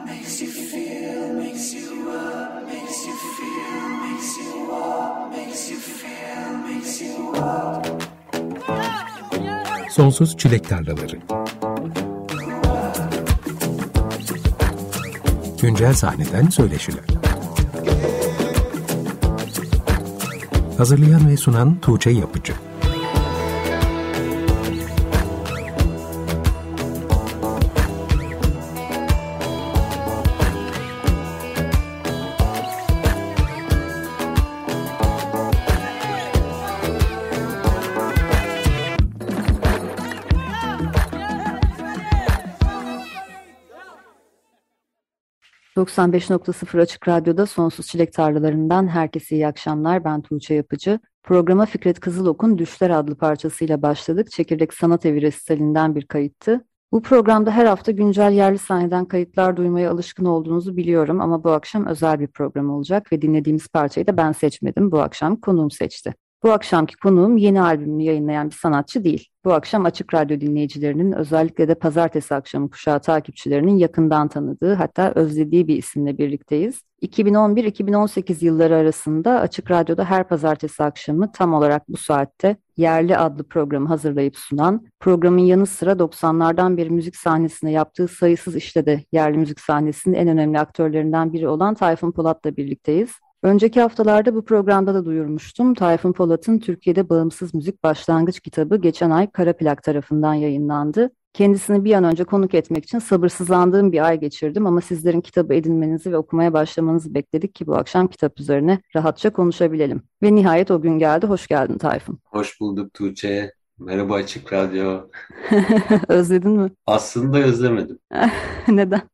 Sonsuz Çilek Tarlaları. Güncel sahneden söyleşiler. Hazırlayan ve sunan Tuğçe Yapıcı. ...95.0 Açık Radyo'da Sonsuz Çilek Tarlalarından herkese iyi akşamlar. Ben Tuğçe Yapıcı. Programa Fikret Kızılok'un Düşler adlı parçasıyla başladık. Çekirdek Sanat Evi resitalinden bir kayıttı. Bu programda her hafta güncel yerli sahneden kayıtlar duymaya alışkın olduğunuzu biliyorum ama bu akşam özel bir program olacak ve dinlediğimiz parçayı da ben seçmedim. Bu akşam konuğum seçti. Bu akşamki konuğum yeni albümünü yayınlayan bir sanatçı değil. Bu akşam Açık Radyo dinleyicilerinin, özellikle de pazartesi akşamı kuşağı takipçilerinin yakından tanıdığı, hatta özlediği bir isimle birlikteyiz. 2011-2018 yılları arasında Açık Radyo'da her pazartesi akşamı tam olarak bu saatte Yerli adlı programı hazırlayıp sunan, programın yanı sıra 90'lardan beri müzik sahnesine yaptığı sayısız işte de yerli müzik sahnesinin en önemli aktörlerinden biri olan Tayfun Polat'la birlikteyiz. Önceki haftalarda bu programda da duyurmuştum. Tayfun Polat'ın Türkiye'de bağımsız müzik başlangıç kitabı geçen ay Kara Plak tarafından yayınlandı. Kendisini bir an önce konuk etmek için sabırsızlandığım bir ay geçirdim ama sizlerin kitabı edinmenizi ve okumaya başlamanızı bekledik ki bu akşam kitap üzerine rahatça konuşabilelim. Ve nihayet o gün geldi. Hoş geldin Tayfun. Hoş bulduk Tuğçe. Merhaba Açık Radyo. Özledin mi? Aslında özlemedim. Neden?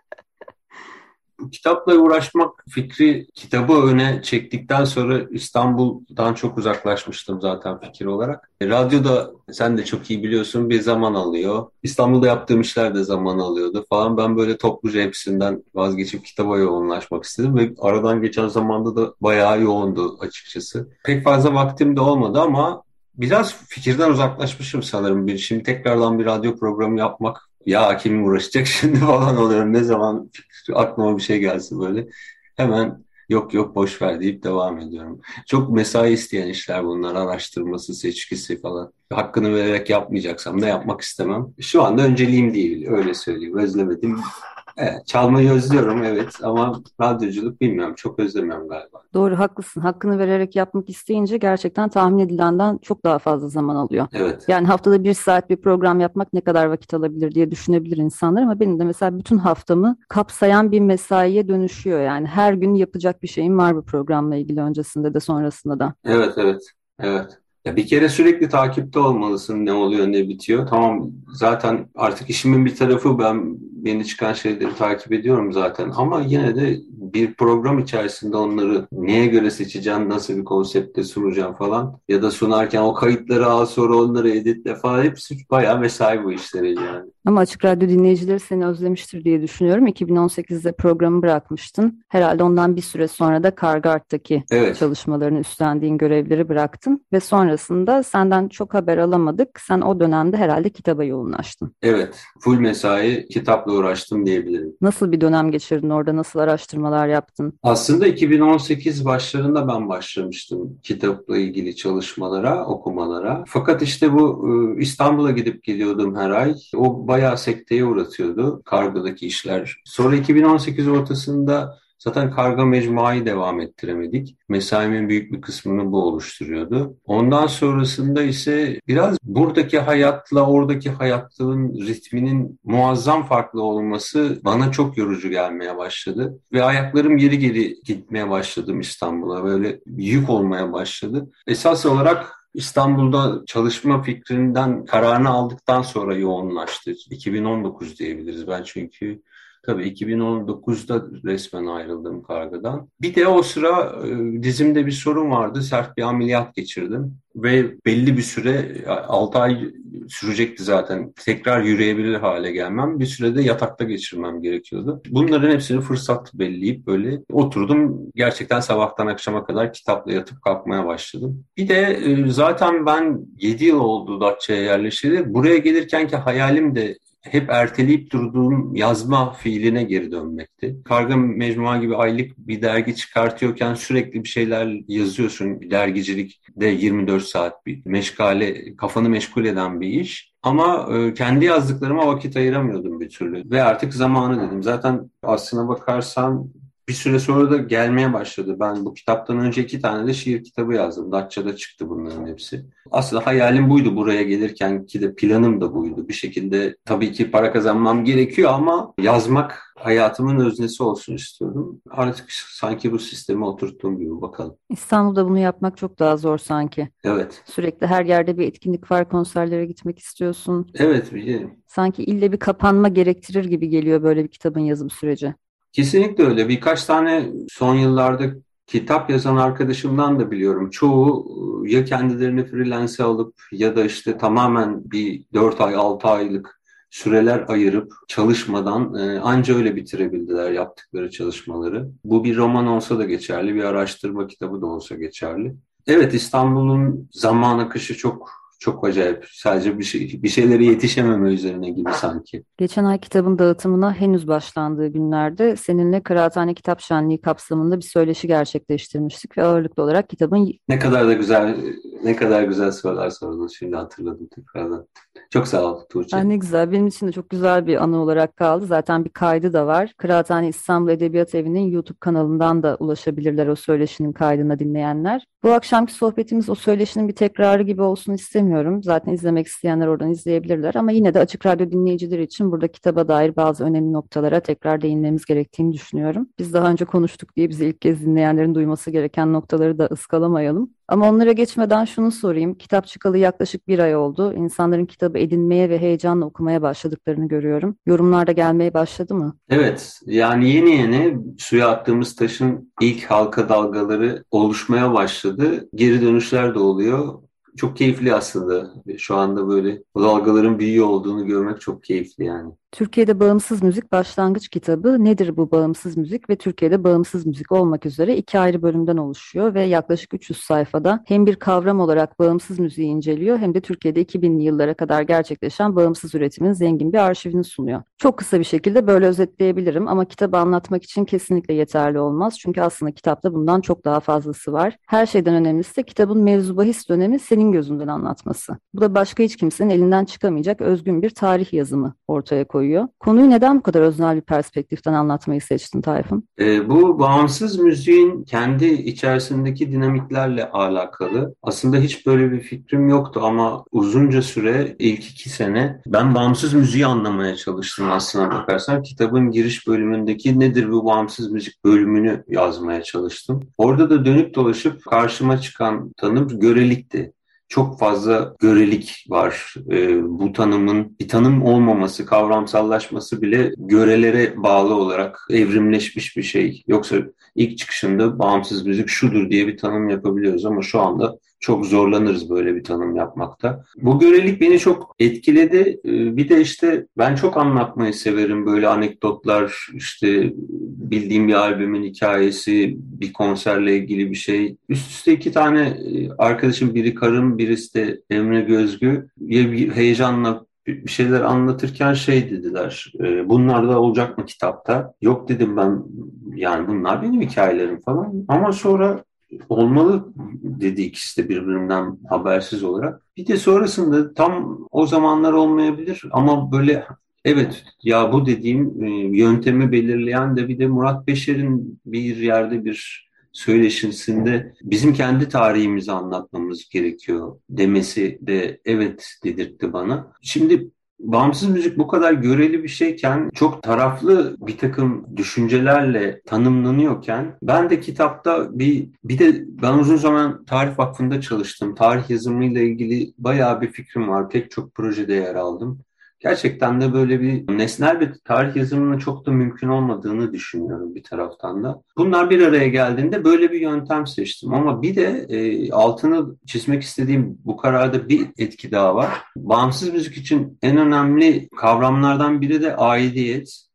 Bu kitapla uğraşmak fikri, kitabı öne çektikten sonra İstanbul'dan çok uzaklaşmıştım zaten fikir olarak. Radyoda sen de çok iyi biliyorsun bir zaman alıyor. İstanbul'da yaptığım işler de zaman alıyordu falan. Ben böyle topluca hepsinden vazgeçip kitaba yoğunlaşmak istedim ve aradan geçen zamanda da bayağı yoğundu açıkçası. Pek fazla vaktim de olmadı ama biraz fikirden uzaklaşmışım sanırım. Şimdi tekrardan bir radyo programı yapmak, ya kim uğraşacak şimdi falan oluyorum. Ne zaman aklıma bir şey gelse böyle hemen yok boş ver deyip devam ediyorum. Çok mesai isteyen işler bunlar, araştırması, seçkisi falan. Hakkını vererek yapmayacaksam da yapmak istemem. Şu anda önceliğim değil, öyle söyleyeyim. Özlemedim. Evet, çalmayı özlüyorum evet ama radyoculuk bilmiyorum, çok özlemiyorum galiba. Doğru, haklısın. Hakkını vererek yapmak isteyince gerçekten tahmin edilenden çok daha fazla zaman alıyor. Evet. Yani haftada 1 saat bir program yapmak ne kadar vakit alabilir diye düşünebilir insanlar ama benim de mesela bütün haftamı kapsayan bir mesaiye dönüşüyor. Yani her gün yapacak bir şeyim var bu programla ilgili, öncesinde de sonrasında da. Evet. Ya bir kere sürekli takipte olmalısın, ne oluyor ne bitiyor. Tamam, zaten artık işimin bir tarafı, ben yeni çıkan şeyleri takip ediyorum zaten. Ama yine de bir program içerisinde onları neye göre seçeceğim, nasıl bir konsepte sunacağım falan. Ya da sunarken o kayıtları al, sonra onları editle falan, hepsi bayağı mesai bu işleri yani. Ama Açık Radyo dinleyicileri seni özlemiştir diye düşünüyorum. 2018'de programı bırakmıştın. Herhalde ondan bir süre sonra da Kargart'taki çalışmalarını üstlendiğin görevleri bıraktın. Ve sonrasında senden çok haber alamadık. Sen o dönemde herhalde kitaba yoğunlaştın. Evet, full mesai kitapla uğraştım diyebilirim. Nasıl bir dönem geçirdin orada? Nasıl araştırmalar yaptın? Aslında 2018 başlarında ben başlamıştım kitapla ilgili çalışmalara, okumalara. Fakat işte bu İstanbul'a gidip geliyordum her ay. O bayağı sekteye uğratıyordu kargodaki işler. Sonra 2018 ortasında zaten karga mecmuayı devam ettiremedik. Mesaimin büyük bir kısmını bu oluşturuyordu. Ondan sonrasında ise biraz buradaki hayatla oradaki hayatın ritminin muazzam farklı olması bana çok yorucu gelmeye başladı. Ve ayaklarım geri geri gitmeye başladım İstanbul'a. Böyle yük olmaya başladı. Esas olarak İstanbul'da çalışma fikrinden kararını aldıktan sonra yoğunlaştı. 2019 diyebiliriz ben çünkü. Tabii 2019'da resmen ayrıldım kargadan. Bir de o sıra dizimde bir sorun vardı. Sert bir ameliyat geçirdim. Ve belli bir süre, 6 ay sürecekti zaten. Tekrar yürüyebilir hale gelmem. Bir sürede yatakta geçirmem gerekiyordu. Bunların hepsini fırsat belleyip böyle oturdum. Gerçekten sabahtan akşama kadar kitapla yatıp kalkmaya başladım. Bir de zaten ben 7 yıl oldu Datça'ya yerleşeli. Buraya gelirkenki hayalim de hep erteleyip durduğum yazma fiiline geri dönmekti. Karga Mecmua gibi aylık bir dergi çıkartıyorken sürekli bir şeyler yazıyorsun. Dergicilik de 24 saat bir meşgale, kafanı meşgul eden bir iş. Ama kendi yazdıklarıma vakit ayıramıyordum bir türlü. Ve artık zamanı dedim. Zaten aslına bakarsan bir süre sonra da gelmeye başladı. Ben bu kitaptan önce 2 tane de şiir kitabı yazdım. Datça'da çıktı bunların hepsi. Aslında hayalim buydu buraya gelirken ki de planım da buydu. Bir şekilde tabii ki para kazanmam gerekiyor ama yazmak hayatımın öznesi olsun istiyordum. Artık sanki bu sistemi oturttuğum gibi bakalım. İstanbul'da bunu yapmak çok daha zor sanki. Evet. Sürekli her yerde bir etkinlik var, konserlere gitmek istiyorsun. Evet, biliyorum. Sanki ille bir kapanma gerektirir gibi geliyor böyle bir kitabın yazım süreci. Kesinlikle öyle. Birkaç tane son yıllarda kitap yazan arkadaşımdan da biliyorum. Çoğu ya kendilerini freelance alıp ya da işte tamamen bir 4 ay 6 aylık süreler ayırıp çalışmadan anca öyle bitirebildiler yaptıkları çalışmaları. Bu bir roman olsa da geçerli, bir araştırma kitabı da olsa geçerli. Evet, İstanbul'un zaman akışı çok acayip. Sadece bir şeylere yetişememe üzerine gibi sanki. Geçen ay kitabın dağıtımına henüz başlandığı günlerde seninle Kıraathane Kitap Şenliği kapsamında bir söyleşi gerçekleştirmiştik ve ağırlıklı olarak kitabın... Ne kadar güzel sorular sordunuz. Şimdi hatırladım tekrardan. Çok sağ ol Tuğçe. Ne güzel. Benim için de çok güzel bir anı olarak kaldı. Zaten bir kaydı da var. Kıraathane İstanbul Edebiyat Evi'nin YouTube kanalından da ulaşabilirler o söyleşinin kaydına dinleyenler. Bu akşamki sohbetimiz o söyleşinin bir tekrarı gibi olsun istemiyorum. Zaten izlemek isteyenler oradan izleyebilirler ama yine de Açık Radyo dinleyicileri için burada kitaba dair bazı önemli noktalara tekrar değinmemiz gerektiğini düşünüyorum. Biz daha önce konuştuk diye bizi ilk kez dinleyenlerin duyması gereken noktaları da ıskalamayalım. Ama onlara geçmeden şunu sorayım. Kitap çıkalı yaklaşık 1 ay oldu. İnsanların kitabı edinmeye ve heyecanla okumaya başladıklarını görüyorum. Yorumlar da gelmeye başladı mı? Evet, yani yeni yeni suya attığımız taşın ilk halka dalgaları oluşmaya başladı. Geri dönüşler de oluyor. Çok keyifli aslında. Şu anda böyle o dalgaların büyüyor olduğunu görmek çok keyifli yani. Türkiye'de Bağımsız Müzik Başlangıç Kitabı Nedir bu bağımsız müzik ve Türkiye'de bağımsız müzik olmak üzere 2 ayrı bölümden oluşuyor ve yaklaşık 300 sayfada hem bir kavram olarak bağımsız müziği inceliyor hem de Türkiye'de 2000'li yıllara kadar gerçekleşen bağımsız üretimin zengin bir arşivini sunuyor. Çok kısa bir şekilde böyle özetleyebilirim ama kitabı anlatmak için kesinlikle yeterli olmaz. Çünkü aslında kitapta bundan çok daha fazlası var. Her şeyden önemlisi de kitabın mevzu bahis dönemi senin gözünden anlatması. Bu da başka hiç kimsenin elinden çıkamayacak özgün bir tarih yazımı ortaya koyuyor. Konuyu neden bu kadar öznel bir perspektiften anlatmayı seçtin Tayfun? Bu bağımsız müziğin kendi içerisindeki dinamiklerle alakalı. Aslında hiç böyle bir fikrim yoktu ama uzunca süre ilk 2 sene ben bağımsız müziği anlamaya çalıştım aslına bakarsan. Kitabın giriş bölümündeki nedir bu bağımsız müzik bölümünü yazmaya çalıştım. Orada da dönüp dolaşıp karşıma çıkan tanım görelikti. Çok fazla görelik var. Bu tanımın bir tanım olmaması, kavramsallaşması bile görelere bağlı olarak evrimleşmiş bir şey. Yoksa ilk çıkışında bağımsız müzik şudur diye bir tanım yapabiliyoruz ama şu anda çok zorlanırız böyle bir tanım yapmakta. Bu görelik beni çok etkiledi. Bir de işte ben çok anlatmayı severim. Böyle anekdotlar, işte bildiğim bir albümün hikayesi, bir konserle ilgili bir şey. Üst üste 2 tane arkadaşım, biri karım, birisi de Emre Gözgü. Bir heyecanla bir şeyler anlatırken şey dediler. Bunlar da olacak mı kitapta? Yok dedim ben, yani bunlar benim hikayelerim falan. Ama sonra olmalı dedi ikisi de birbirinden habersiz olarak. Bir de sonrasında tam o zamanlar olmayabilir ama böyle evet ya bu dediğim yöntemi belirleyen de bir de Murat Beşer'in bir yerde bir söyleşisinde bizim kendi tarihimizi anlatmamız gerekiyor demesi de evet dedirtti bana. Şimdi bağımsız müzik bu kadar göreli bir şeyken, çok taraflı bir takım düşüncelerle tanımlanıyorken ben de kitapta bir de ben uzun zaman Tarih Vakfı'nda çalıştım. Tarih yazımıyla ilgili bayağı bir fikrim var. Pek çok projede yer aldım. Gerçekten de böyle bir nesnel bir tarih yazımının çok da mümkün olmadığını düşünüyorum bir taraftan da. Bunlar bir araya geldiğinde böyle bir yöntem seçtim. Ama bir de altını çizmek istediğim bu kararda bir etki daha var. Bağımsız müzik için en önemli kavramlardan biri de aidiyet.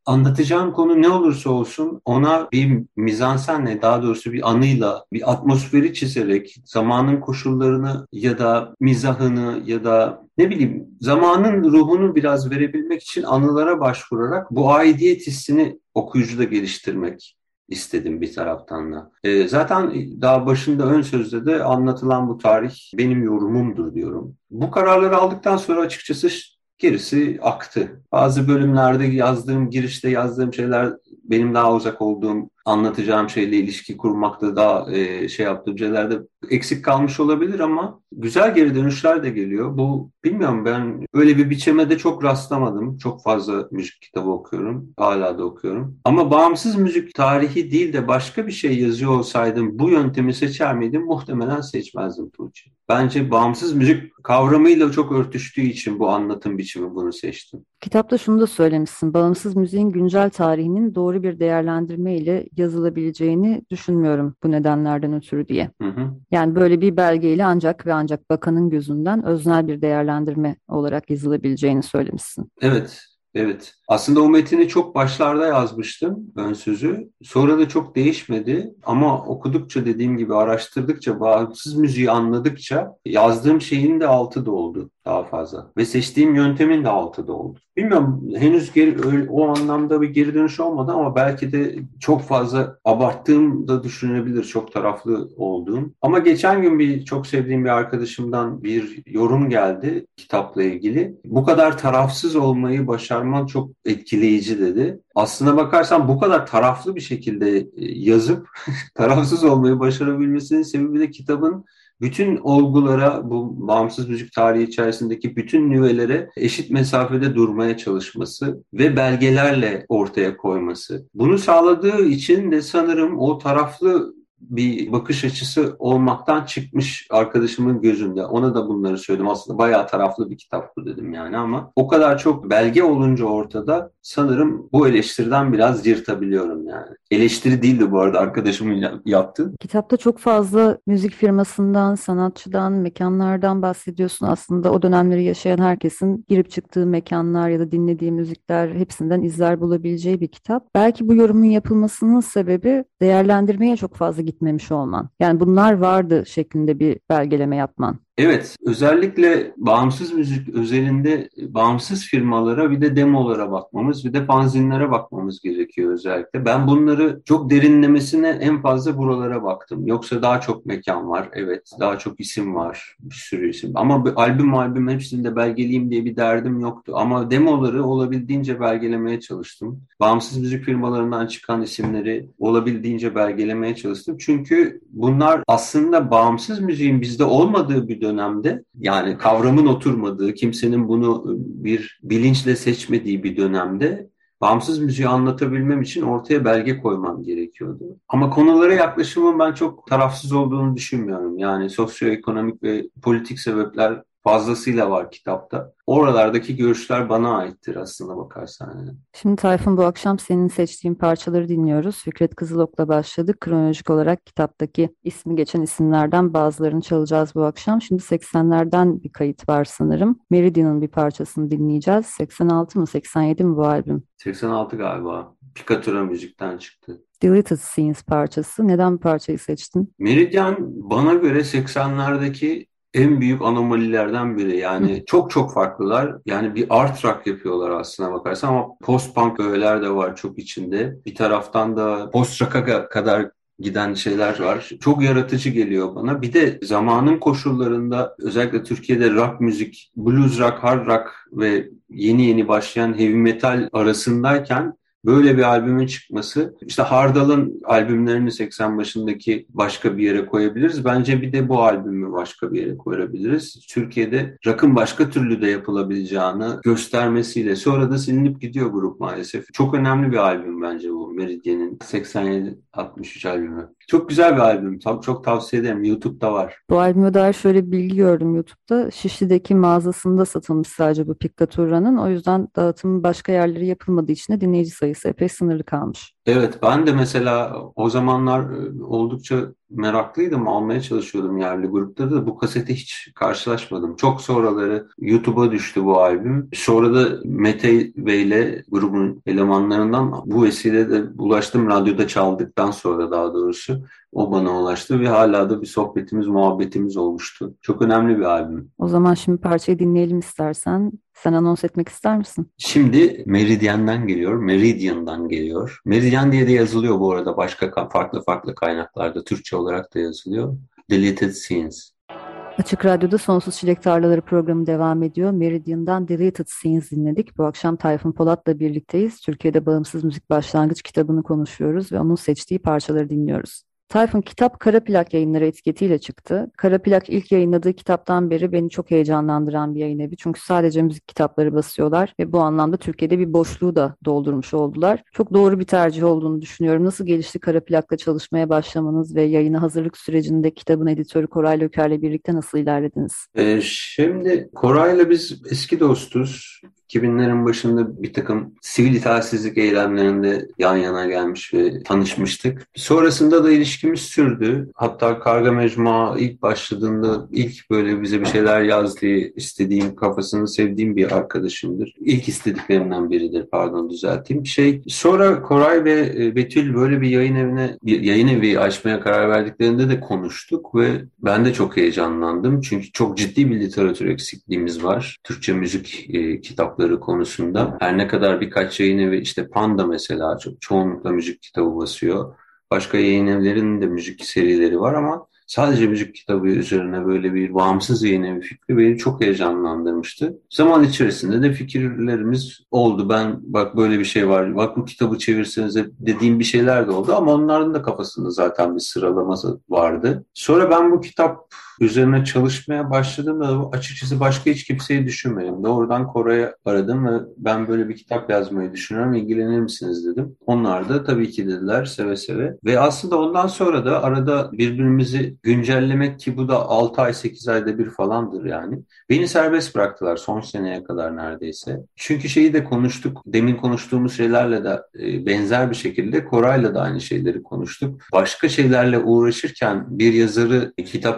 anlatacağım konu ne olursa olsun ona bir mizansenle, daha doğrusu bir anıyla, bir atmosferi çizerek zamanın koşullarını ya da mizahını ya da ne bileyim zamanın ruhunu biraz verebilmek için anılara başvurarak bu aidiyet hissini okuyucuda geliştirmek istedim bir taraftan da. Zaten daha başında ön sözde de anlatılan bu tarih benim yorumumdur diyorum. Bu kararları aldıktan sonra açıkçası gerisi aktı. Bazı bölümlerde girişte yazdığım şeyler benim daha uzak olduğum, anlatacağım şeyle ilişki kurmakta daha yaptığım şeylerde eksik kalmış olabilir ama güzel geri dönüşler de geliyor. Bu bilmiyorum, ben öyle bir biçime çok rastlamadım. Çok fazla müzik kitabı okuyorum. Hala da okuyorum. Ama bağımsız müzik tarihi değil de başka bir şey yazıyor olsaydım bu yöntemi seçer miydim? Muhtemelen seçmezdim Tuğçe. Bence bağımsız müzik kavramıyla çok örtüştüğü için bu anlatım biçimi bunu seçtim. Kitapta şunu da söylemişsin, bağımsız müziğin güncel tarihinin doğru bir değerlendirme ile yazılabileceğini düşünmüyorum bu nedenlerden ötürü diye. Hı hı. Yani böyle bir belgeyle ancak ve ancak bakanın gözünden öznel bir değerlendirme olarak yazılabileceğini söylemişsin. Evet. Evet. Aslında o metini çok başlarda yazmıştım, ön sözü. Sonra da çok değişmedi. Ama okudukça, dediğim gibi araştırdıkça, bağımsız müziği anladıkça yazdığım şeyin de altı doldu daha fazla. Ve seçtiğim yöntemin de altı doldu. Bilmiyorum, henüz o anlamda bir geri dönüş olmadı ama belki de çok fazla abarttığım da düşünülebilir, çok taraflı olduğum. Ama geçen gün çok sevdiğim bir arkadaşımdan bir yorum geldi kitapla ilgili. Bu kadar tarafsız olmayı başarman çok etkileyici dedi. Aslına bakarsan bu kadar taraflı bir şekilde yazıp tarafsız olmayı başarabilmesinin sebebi de kitabın bütün olgulara, bu bağımsız müzik tarihi içerisindeki bütün nüvelere eşit mesafede durmaya çalışması ve belgelerle ortaya koyması. Bunu sağladığı için de sanırım o taraflı bir bakış açısı olmaktan çıkmış arkadaşımın gözünde. Ona da bunları söyledim. Aslında bayağı taraflı bir kitap bu dedim yani, ama o kadar çok belge olunca ortada sanırım bu eleştiriden biraz yırtabiliyorum yani. Eleştiri değildi bu arada arkadaşımın yaptığı. Kitapta çok fazla müzik firmasından, sanatçıdan, mekanlardan bahsediyorsun. Aslında o dönemleri yaşayan herkesin girip çıktığı mekanlar ya da dinlediği müzikler, hepsinden izler bulabileceği bir kitap. Belki bu yorumun yapılmasının sebebi değerlendirmeye çok fazla gitmemiş olman. Yani bunlar vardı şeklinde bir belgeleme yapman. Evet, özellikle bağımsız müzik özelinde bağımsız firmalara, bir de demolara bakmamız, bir de fanzinlere bakmamız gerekiyor özellikle. Ben bunları çok derinlemesine en fazla buralara baktım. Yoksa daha çok mekan var, evet, daha çok isim var, bir sürü isim. Ama albüm hepsini de belgeleyeyim diye bir derdim yoktu. Ama demoları olabildiğince belgelemeye çalıştım. Bağımsız müzik firmalarından çıkan isimleri olabildiğince belgelemeye çalıştım. Çünkü bunlar aslında bağımsız müziğin bizde olmadığı bir dönemde, yani kavramın oturmadığı, kimsenin bunu bir bilinçle seçmediği bir dönemde bağımsız müziği anlatabilmem için ortaya belge koymam gerekiyordu. Ama konulara yaklaşımın ben çok tarafsız olduğunu düşünmüyorum. Yani sosyoekonomik ve politik sebepler fazlasıyla var kitapta. Oralardaki görüşler bana aittir aslına bakarsan. Yani. Şimdi Tayfun, bu akşam senin seçtiğin parçaları dinliyoruz. Fikret Kızılok'la başladık. Kronolojik olarak kitaptaki ismi geçen isimlerden bazılarını çalacağız bu akşam. Şimdi 80'lerden bir kayıt var sanırım. Meridian'ın bir parçasını dinleyeceğiz. 86 mı 87 mi bu albüm? 86 galiba. Pikatura müzikten çıktı. Deleted Scenes parçası. Neden bu parçayı seçtin? Meridian bana göre 80'lerdeki en büyük anomalilerden biri. Yani çok çok farklılar. Yani bir art rock yapıyorlar aslına bakarsan, ama post-punk öğeler de var çok içinde. Bir taraftan da post-rock'a kadar giden şeyler var. Çok yaratıcı geliyor bana. Bir de zamanın koşullarında özellikle Türkiye'de rock müzik, blues rock, hard rock ve yeni yeni başlayan heavy metal arasındayken böyle bir albümün çıkması, işte Hardal'ın albümlerini 80 başındaki başka bir yere koyabiliriz. Bence bir de bu albümü başka bir yere koyabiliriz. Türkiye'de rock'ın başka türlü de yapılabileceğini göstermesiyle, sonra da silinip gidiyor grup maalesef. Çok önemli bir albüm bence bu, Meridian'in 87-63 albümü. Çok güzel bir albüm. Çok tavsiye ederim. YouTube'da var. Bu albüme dair şöyle bir bilgi gördüm YouTube'da. Şişli'deki mağazasında satılmış sadece bu Piccaturra'nın. O yüzden dağıtımı başka yerlere yapılmadığı için de dinleyici sayısı epey sınırlı kalmış. Evet, ben de mesela o zamanlar oldukça meraklıydım, almaya çalışıyordum yerli grupları da bu kasete hiç karşılaşmadım. Çok sonraları YouTube'a düştü bu albüm. Sonra da Mete Bey'le grubun elemanlarından bu vesileyle de ulaştım, radyoda çaldıktan sonra daha doğrusu. O bana ulaştı ve hala da bir sohbetimiz, muhabbetimiz olmuştu. Çok önemli bir albüm. O zaman şimdi parçayı dinleyelim istersen. Sen anons etmek ister misin? Şimdi Meridian'dan geliyor. Meridian diye de yazılıyor bu arada, başka farklı kaynaklarda Türkçe olarak da yazılıyor. Deleted Scenes. Açık Radyo'da Sonsuz Çilek Tarlaları programı devam ediyor. Meridian'dan Deleted Scenes dinledik. Bu akşam Tayfun Polat'la birlikteyiz. Türkiye'de bağımsız müzik başlangıç kitabını konuşuyoruz ve onun seçtiği parçaları dinliyoruz. Tayfun, kitap Kara Plak Yayınları etiketiyle çıktı. Kara Plak ilk yayınladığı kitaptan beri beni çok heyecanlandıran bir yayın evi. Çünkü sadece müzik kitapları basıyorlar ve bu anlamda Türkiye'de bir boşluğu da doldurmuş oldular. Çok doğru bir tercih olduğunu düşünüyorum. Nasıl gelişti Kara Plak'la çalışmaya başlamanız ve yayına hazırlık sürecinde kitabın editörü Koray Löker'le birlikte nasıl ilerlediniz? Şimdi Koray'la biz eski dostuz. 2000'lerin başında bir takım sivil itaatsizlik eylemlerinde yan yana gelmiş ve tanışmıştık. Sonrasında da ilişkimiz sürdü. Hatta Karga Mecmua ilk başladığında ilk böyle bize bir şeyler yazdığı, istediğim, kafasını sevdiğim bir arkadaşımdır. İlk istediklerimden biridir, pardon düzelteyim. Sonra Koray ve Betül böyle bir yayın evi açmaya karar verdiklerinde de konuştuk ve ben de çok heyecanlandım. Çünkü çok ciddi bir literatür eksikliğimiz var. Türkçe müzik kitapları konusunda. Her ne kadar birkaç yayın evi, işte Panda mesela çoğunlukla müzik kitabı basıyor. Başka yayın evlerinin de müzik serileri var ama sadece müzik kitabı üzerine böyle bir bağımsız yayın evi fikri beni çok heyecanlandırmıştı. Zaman içerisinde de fikirlerimiz oldu. Ben bak böyle bir şey var, bak bu kitabı çevirsenize dediğim bir şeyler de oldu ama onların da kafasında zaten bir sıralaması vardı. Sonra ben bu kitap üzerine çalışmaya başladığımda açıkçası başka hiç kimseyi düşünmedim. Doğrudan Koray'ı aradım ve ben böyle bir kitap yazmayı düşünüyorum, ilgilenir misiniz dedim. Onlar da tabii ki dediler, seve seve. Ve aslında ondan sonra da arada birbirimizi güncellemek, ki bu da 6 ay 8 ayda bir falandır yani. Beni serbest bıraktılar son seneye kadar neredeyse. Çünkü şeyi de konuştuk. Demin konuştuğumuz şeylerle de benzer bir şekilde Koray'la da aynı şeyleri konuştuk. Başka şeylerle uğraşırken bir yazarı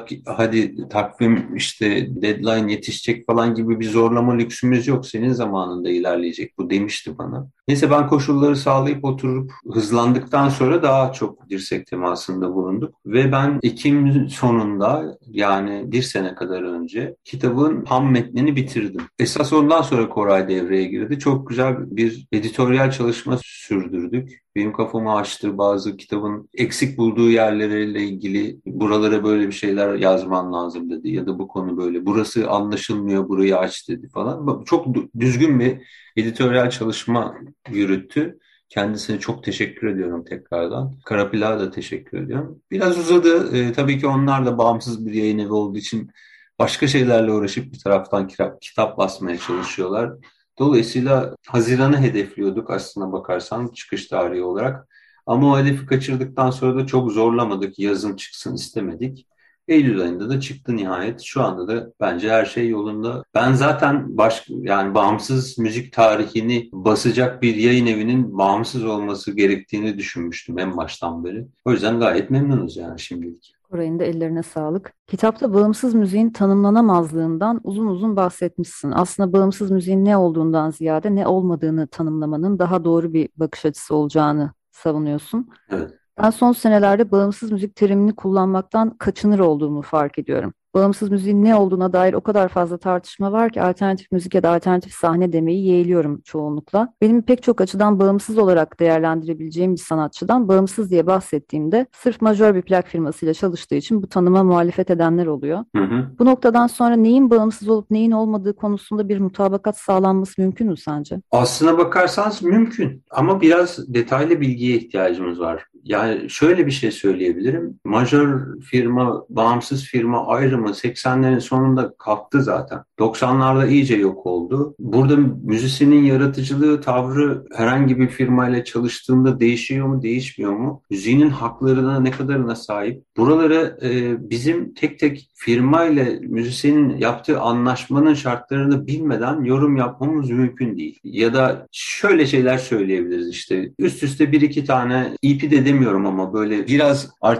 hadi takvim işte deadline yetişecek falan gibi bir zorlama lüksümüz yok. Senin zamanında ilerleyecek bu demişti bana. Neyse ben koşulları sağlayıp oturup hızlandıktan sonra daha çok dirsek temasında bulunduk. Ve ben Ekim sonunda, yani bir sene kadar önce kitabın ham metnini bitirdim. Esas ondan sonra Koray devreye girdi. Çok güzel bir editoryal çalışma sürdürdük. Benim kafamı açtı, bazı kitabın eksik bulduğu yerleriyle ilgili buralara böyle bir şeyler yazman lazım dedi. Ya da bu konu böyle, burası anlaşılmıyor, burayı aç dedi falan. Çok düzgün bir editoryal çalışma yürüttü. Kendisine çok teşekkür ediyorum tekrardan. Karapilak'a da teşekkür ediyorum. Biraz uzadı. Tabii ki onlar da bağımsız bir yayın evi olduğu için başka şeylerle uğraşıp bir taraftan kitap basmaya çalışıyorlar. Dolayısıyla Haziran'ı hedefliyorduk aslına bakarsan çıkış tarihi olarak. Ama o hedefi kaçırdıktan sonra da çok zorlamadık. Yazın çıksın istemedik. Eylül ayında da çıktı nihayet. Şu anda da bence her şey yolunda. Ben zaten yani bağımsız müzik tarihini basacak bir yayın evinin bağımsız olması gerektiğini düşünmüştüm en baştan beri. O yüzden gayet memnunuz yani şimdilik. Koray'ın da ellerine sağlık. Kitapta bağımsız müziğin tanımlanamazlığından uzun uzun bahsetmişsin. Aslında bağımsız müziğin ne olduğundan ziyade ne olmadığını tanımlamanın daha doğru bir bakış açısı olacağını savunuyorsun. Evet. Ben son senelerde bağımsız müzik terimini kullanmaktan kaçınır olduğumu fark ediyorum. Bağımsız müziğin ne olduğuna dair o kadar fazla tartışma var ki alternatif müzik ya da alternatif sahne demeyi yeğliyorum çoğunlukla. Benim pek çok açıdan bağımsız olarak değerlendirebileceğim bir sanatçıdan bağımsız diye bahsettiğimde sırf majör bir plak firmasıyla çalıştığı için bu tanıma muhalefet edenler oluyor. Hı hı. Bu noktadan sonra neyin bağımsız olup neyin olmadığı konusunda bir mutabakat sağlanması mümkün mü sence? Aslına bakarsanız mümkün ama biraz detaylı bilgiye ihtiyacımız var. Yani şöyle bir şey söyleyebilirim. Majör firma, bağımsız firma ayrımı 80'lerin sonunda kalktı zaten. 90'larda iyice yok oldu. Burada müzisyenin yaratıcılığı, tavrı herhangi bir firmayla çalıştığında değişiyor mu, değişmiyor mu? Müziğinin haklarına ne kadarına sahip? Buraları bizim tek tek firmayla müzisyenin yaptığı anlaşmanın şartlarını bilmeden yorum yapmamız mümkün değil. Ya da şöyle şeyler söyleyebiliriz işte. Üst üste bir iki tane EP de demiyorum ama böyle biraz artık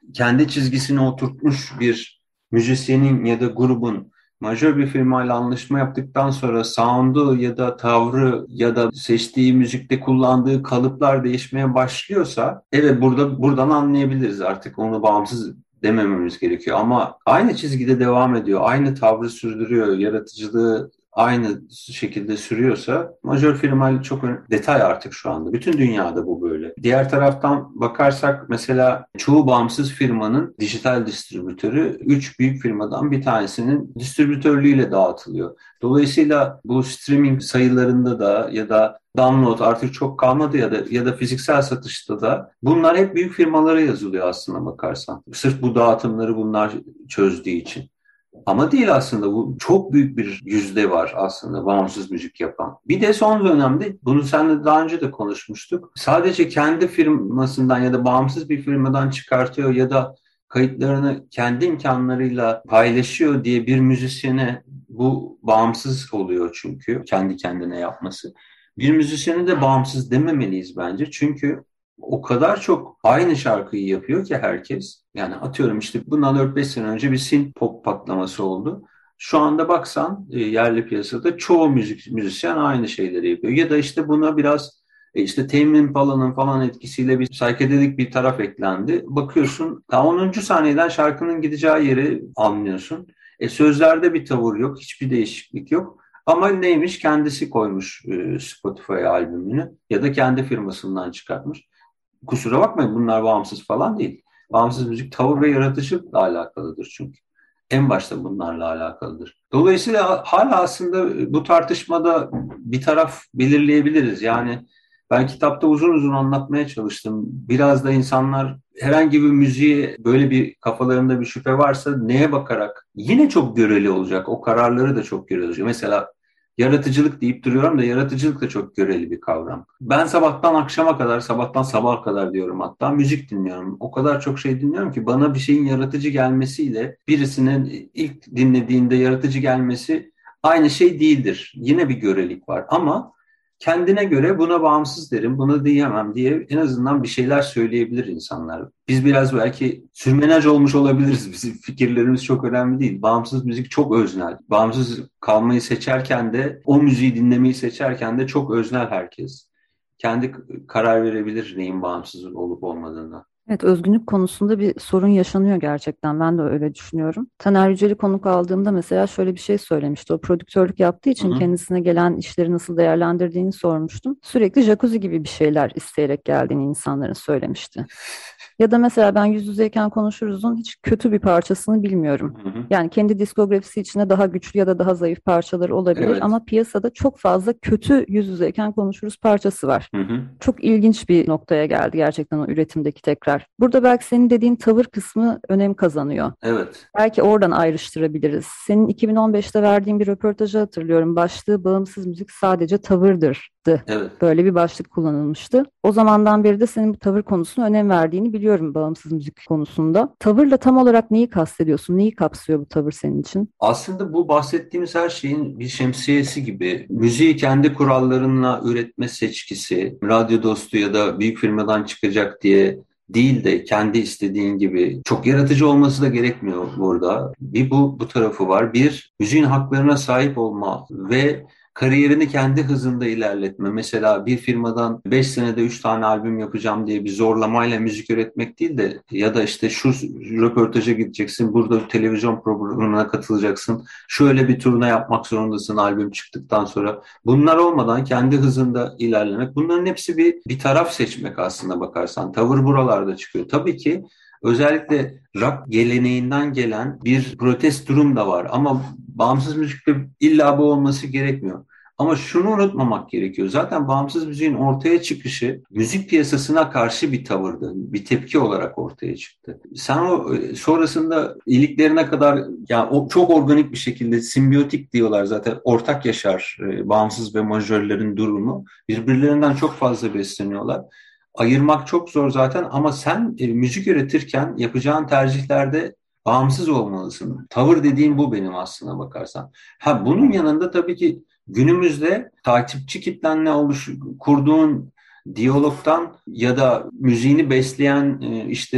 kendi çizgisine oturtmuş bir müzisyenin ya da grubun majör bir firmayla anlaşma yaptıktan sonra sound'u ya da tavrı ya da seçtiği müzikte kullandığı kalıplar değişmeye başlıyorsa evet buradan anlayabiliriz, artık onu bağımsız demememiz gerekiyor. Ama aynı çizgide devam ediyor, aynı tavrı sürdürüyor, yaratıcılığı aynı şekilde sürüyorsa majör firma çok detay artık şu anda. Bütün dünyada bu böyle. Diğer taraftan bakarsak mesela çoğu bağımsız firmanın dijital distribütörü 3 büyük firmadan bir tanesinin distribütörlüğüyle dağıtılıyor. Dolayısıyla bu streaming sayılarında da ya da download artık çok kalmadı ya da fiziksel satışta da bunlar hep büyük firmalara yazılıyor aslına bakarsan. Sırf bu dağıtımları bunlar çözdüğü için. Ama değil aslında, bu çok büyük bir yüzde var aslında bağımsız müzik yapan. Bir de son dönemde bunu seninle daha önce de konuşmuştuk. Sadece kendi firmasından ya da bağımsız bir firmadan çıkartıyor ya da kayıtlarını kendi imkanlarıyla paylaşıyor diye bir müzisyene bu bağımsız oluyor çünkü kendi kendine yapması. Bir müzisyene de bağımsız dememeliyiz bence çünkü o kadar çok aynı şarkıyı yapıyor ki herkes. Yani atıyorum işte bundan 4-5 sene önce bir synth pop patlaması oldu. Şu anda baksan yerli piyasada çoğu müzisyen aynı şeyleri yapıyor. Ya da işte buna biraz işte Tame Impala'nın falan etkisiyle bir psychedelic bir taraf eklendi. Bakıyorsun ta 10. saniyeden şarkının gideceği yeri anlıyorsun. Sözlerde bir tavır yok, hiçbir değişiklik yok. Ama neymiş? Kendisi koymuş Spotify albümünü ya da kendi firmasından çıkartmış. Kusura bakmayın, bunlar bağımsız falan değil. Bağımsız müzik tavır ve yaratıcılıkla alakalıdır çünkü. En başta bunlarla alakalıdır. Dolayısıyla hala aslında bu tartışmada bir taraf belirleyebiliriz. Yani ben kitapta uzun uzun anlatmaya çalıştım. Biraz da insanlar herhangi bir müziğe böyle bir kafalarında bir şüphe varsa neye bakarak yine çok göreli olacak. O kararları da çok göreli olacak. Mesela yaratıcılık deyip duruyorum da yaratıcılık da çok göreli bir kavram. Ben sabahtan akşama kadar, sabahtan sabaha kadar diyorum hatta müzik dinliyorum. O kadar çok şey dinliyorum ki bana bir şeyin yaratıcı gelmesiyle birisinin ilk dinlediğinde yaratıcı gelmesi aynı şey değildir. Yine bir görelik var ama kendine göre buna bağımsız derim, bunu diyemem diye en azından bir şeyler söyleyebilir insanlar. Biz biraz belki sürmenaj olmuş olabiliriz. Bizim fikirlerimiz çok önemli değil. Bağımsız müzik çok öznel. Bağımsız kalmayı seçerken de, o müziği dinlemeyi seçerken de çok öznel herkes. Kendi karar verebilir neyin bağımsız olup olmadığına. Evet, özgünlük konusunda bir sorun yaşanıyor gerçekten. Ben de öyle düşünüyorum. Taner Yücel'i konuk aldığımda mesela şöyle bir şey söylemişti. O prodüktörlük yaptığı Hı için hı. kendisine gelen işleri nasıl değerlendirdiğini sormuştum. Sürekli jacuzzi gibi bir şeyler isteyerek geldiğini insanların söylemişti. Ya da mesela ben yüz yüzeyken konuşuruzun hiç kötü bir parçasını bilmiyorum. Hı hı. Yani kendi diskografisi içinde daha güçlü ya da daha zayıf parçaları olabilir Evet. ama piyasada çok fazla kötü yüz yüzeyken konuşuruz parçası var. Hı hı. Çok ilginç bir noktaya geldi gerçekten o üretimdeki tekrar. Burada belki senin dediğin tavır kısmı önem kazanıyor. Evet. Belki oradan ayrıştırabiliriz. Senin 2015'te verdiğin bir röportajı hatırlıyorum. Başlığı bağımsız müzik sadece tavırdı. Evet. Böyle bir başlık kullanılmıştı. O zamandan beri de senin bu tavır konusuna önem verdiğini biliyorum bağımsız müzik konusunda. Tavırla tam olarak neyi kastediyorsun? Neyi kapsıyor bu tavır senin için? Aslında bu bahsettiğimiz her şeyin bir şemsiyesi gibi. Müziği kendi kurallarınla üretme seçkisi, radyo dostu ya da büyük firmadan çıkacak diye değil de kendi istediğin gibi çok yaratıcı olması da gerekmiyor burada. Bir bu tarafı var. Bir, müziğin haklarına sahip olma ve kariyerini kendi hızında ilerletme. Mesela bir firmadan 5 senede 3 tane albüm yapacağım diye bir zorlamayla müzik üretmek değil de ya da işte şu röportaja gideceksin, burada televizyon programına katılacaksın, şöyle bir turne yapmak zorundasın albüm çıktıktan sonra. Bunlar olmadan kendi hızında ilerlemek. Bunların hepsi bir taraf seçmek aslında bakarsan. Tavır buralarda çıkıyor. Tabii ki özellikle rock geleneğinden gelen bir protest durum da var ama bağımsız müzikte illa bu olması gerekmiyor. Ama şunu unutmamak gerekiyor. Zaten bağımsız müziğin ortaya çıkışı müzik piyasasına karşı bir tavırdı. Bir tepki olarak ortaya çıktı. Sen o sonrasında iliklerine kadar yani o çok organik bir şekilde simbiyotik diyorlar zaten, ortak yaşar bağımsız ve majörlerin durumu. Birbirlerinden çok fazla besleniyorlar. Ayırmak çok zor zaten ama sen müzik üretirken yapacağın tercihlerde bağımsız olmalısın. Tavır dediğim bu benim aslına bakarsan. Ha, bunun yanında tabii ki günümüzde takipçi kitlenle kurduğun diyalogtan ya da müziğini besleyen işte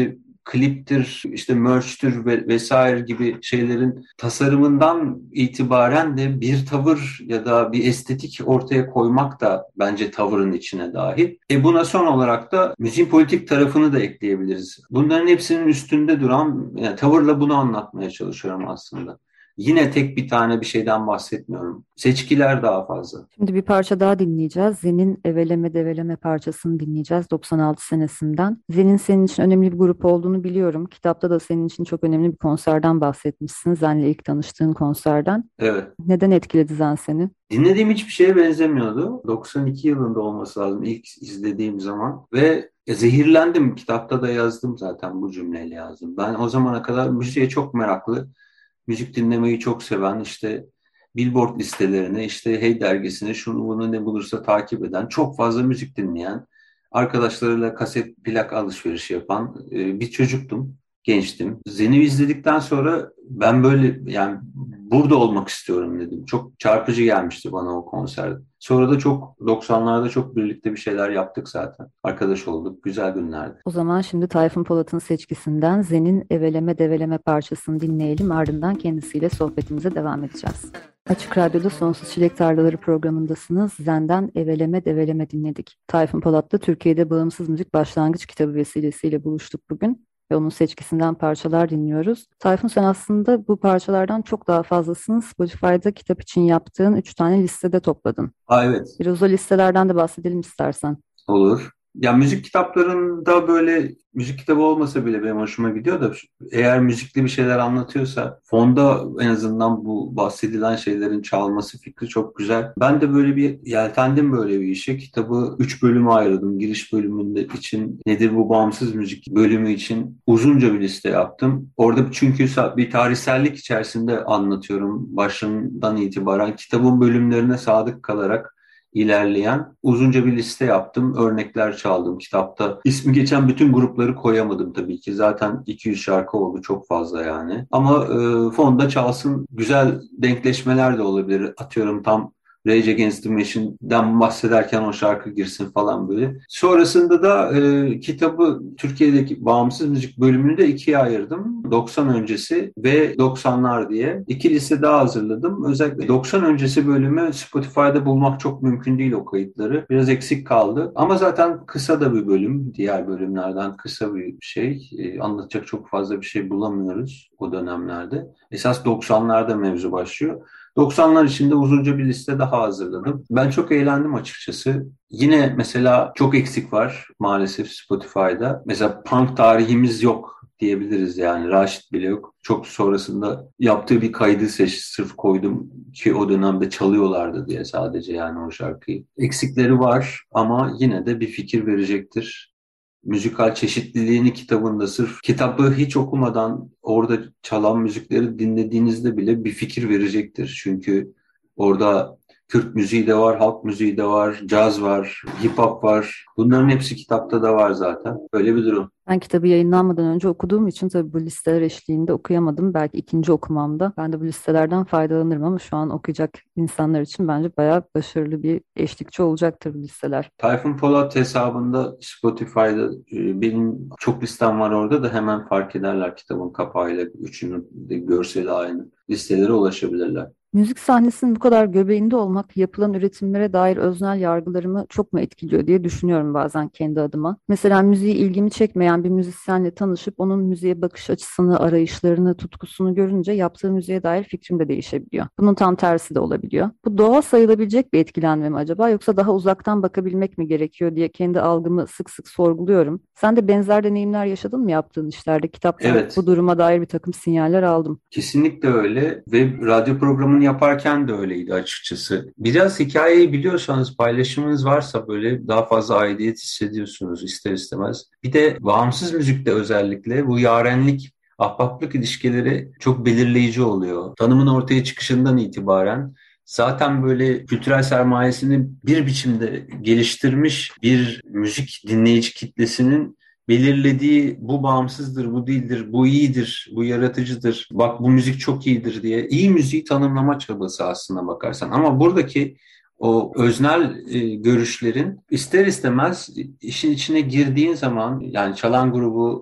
kliptir, işte merch'tür vesaire gibi şeylerin tasarımından itibaren de bir tavır ya da bir estetik ortaya koymak da bence tavırın içine dahil. Buna son olarak da müziğin politik tarafını da ekleyebiliriz. Bunların hepsinin üstünde duran, yani tavırla bunu anlatmaya çalışıyorum aslında. Yine tek bir tane bir şeyden bahsetmiyorum. Seçkiler daha fazla. Şimdi bir parça daha dinleyeceğiz. Zen'in Eveleme Develeme parçasını dinleyeceğiz 96 senesinden. Zen'in senin için önemli bir grup olduğunu biliyorum. Kitapta da senin için çok önemli bir konserden bahsetmişsin. Zen'le ilk tanıştığın konserden. Evet. Neden etkiledi Zen seni? Dinlediğim hiçbir şeye benzemiyordu. 92 yılında olması lazım ilk izlediğim zaman ve zehirlendim. Kitapta da yazdım zaten, bu cümleyle yazdım. Ben o zamana kadar müziğe çok meraklı, müzik dinlemeyi çok seven, işte Billboard listelerine, işte Hey dergisine şunu bunu ne bulursa takip eden, çok fazla müzik dinleyen, arkadaşlarıyla kaset plak alışverişi yapan bir çocuktum, gençtim. Zen'i izledikten sonra ben böyle, yani burada olmak istiyorum dedim. Çok çarpıcı gelmişti bana o konser. Sonra da çok 90'larda çok birlikte bir şeyler yaptık zaten. Arkadaş olduk. Güzel günlerdi. O zaman şimdi Tayfun Polat'ın seçkisinden Zen'in Eveleme Develeme parçasını dinleyelim. Ardından kendisiyle sohbetimize devam edeceğiz. Açık Radyo'da Sonsuz Çilek Tarlaları programındasınız. Zen'den Eveleme Develeme dinledik. Tayfun Polat'la Türkiye'de Bağımsız Müzik Başlangıç Kitabı vesilesiyle buluştuk bugün ve onun seçkisinden parçalar dinliyoruz. Tayfun, sen aslında bu parçalardan çok daha fazlasını Spotify'da kitap için yaptığın 3 tane listede topladın. Evet. Biraz o listelerden de bahsedelim istersen. Olur. Ya müzik kitaplarında böyle, müzik kitabı olmasa bile benim hoşuma gidiyor da, eğer müzikli bir şeyler anlatıyorsa fonda en azından bu bahsedilen şeylerin çalması fikri çok güzel. Ben de böyle bir yeltendim böyle bir işe. Kitabı 3 bölüme ayırdım. Giriş bölümünde için nedir bu bağımsız müzik bölümü için uzunca bir liste yaptım. Orada çünkü bir tarihsellik içerisinde anlatıyorum. Başından itibaren kitabın bölümlerine sadık kalarak ilerleyen uzunca bir liste yaptım. Örnekler çaldım kitapta. İsmi geçen bütün grupları koyamadım tabii ki. Zaten 200 şarkı oldu, çok fazla yani. Ama fonda çalsın, güzel denkleşmeler de olabilir. Atıyorum tam Rage Against the Machine'den bahsederken o şarkı girsin falan böyle. Sonrasında da kitabı, Türkiye'deki bağımsız müzik bölümünü de ikiye ayırdım. 90 öncesi ve 90'lar diye. 2 liste daha hazırladım. Özellikle 90 öncesi bölümü Spotify'da bulmak çok mümkün değil, o kayıtları. Biraz eksik kaldı. Ama zaten kısa da bir bölüm. Diğer bölümlerden kısa bir şey. Anlatacak çok fazla bir şey bulamıyoruz o dönemlerde. Esas 90'larda mevzu başlıyor. 90'lar içinde uzunca bir liste daha hazırladım. Ben çok eğlendim açıkçası. Yine mesela çok eksik var maalesef Spotify'da. Mesela punk tarihimiz yok diyebiliriz yani. Raşit bile yok. Çok sonrasında yaptığı bir kaydı sırf koydum ki o dönemde çalıyorlardı diye, sadece yani o şarkıyı. Eksikleri var ama yine de bir fikir verecektir. Müzikal çeşitliliğini kitabında, sırf kitabı hiç okumadan orada çalan müzikleri dinlediğinizde bile bir fikir verecektir. Çünkü orada Kürt müziği de var, halk müziği de var, caz var, hip hop var. Bunların hepsi kitapta da var zaten. Böyle bir durum. Ben kitabı yayınlanmadan önce okuduğum için tabii bu listeler eşliğinde okuyamadım. Belki ikinci okumamda ben de bu listelerden faydalanırım ama şu an okuyacak insanlar için bence bayağı başarılı bir eşlikçi olacaktır bu listeler. Tayfun Polat hesabında Spotify'da benim çok listem var, orada da hemen fark ederler kitabın kapağıyla, üçünün de görseli aynı. Listelere ulaşabilirler. Müzik sahnesinin bu kadar göbeğinde olmak yapılan üretimlere dair öznel yargılarımı çok mu etkiliyor diye düşünüyorum bazen kendi adıma. Mesela müziği ilgimi çekmeyen bir müzisyenle tanışıp onun müziğe bakış açısını, arayışlarını, tutkusunu görünce yaptığı müziğe dair fikrim de değişebiliyor. Bunun tam tersi de olabiliyor. Bu doğal sayılabilecek bir etkilenme mi acaba, yoksa daha uzaktan bakabilmek mi gerekiyor diye kendi algımı sık sık sorguluyorum. Sen de benzer deneyimler yaşadın mı yaptığın işlerde? Kitapta Evet. bu duruma dair bir takım sinyaller aldım. Kesinlikle öyle ve radyo programını yaparken de öyleydi açıkçası. Biraz hikayeyi biliyorsanız, paylaşımınız varsa böyle daha fazla aidiyet hissediyorsunuz ister istemez. Bir de bağımsız müzikte özellikle bu yarenlik, ahbaplık ilişkileri çok belirleyici oluyor. Tanımın ortaya çıkışından itibaren zaten böyle kültürel sermayesini bir biçimde geliştirmiş bir müzik dinleyici kitlesinin belirlediği, bu bağımsızdır, bu değildir, bu iyidir, bu yaratıcıdır, bak bu müzik çok iyidir diye iyi müziği tanımlama çabası aslına bakarsan. Ama buradaki o öznel görüşlerin ister istemez işin içine girdiğin zaman, yani çalan grubu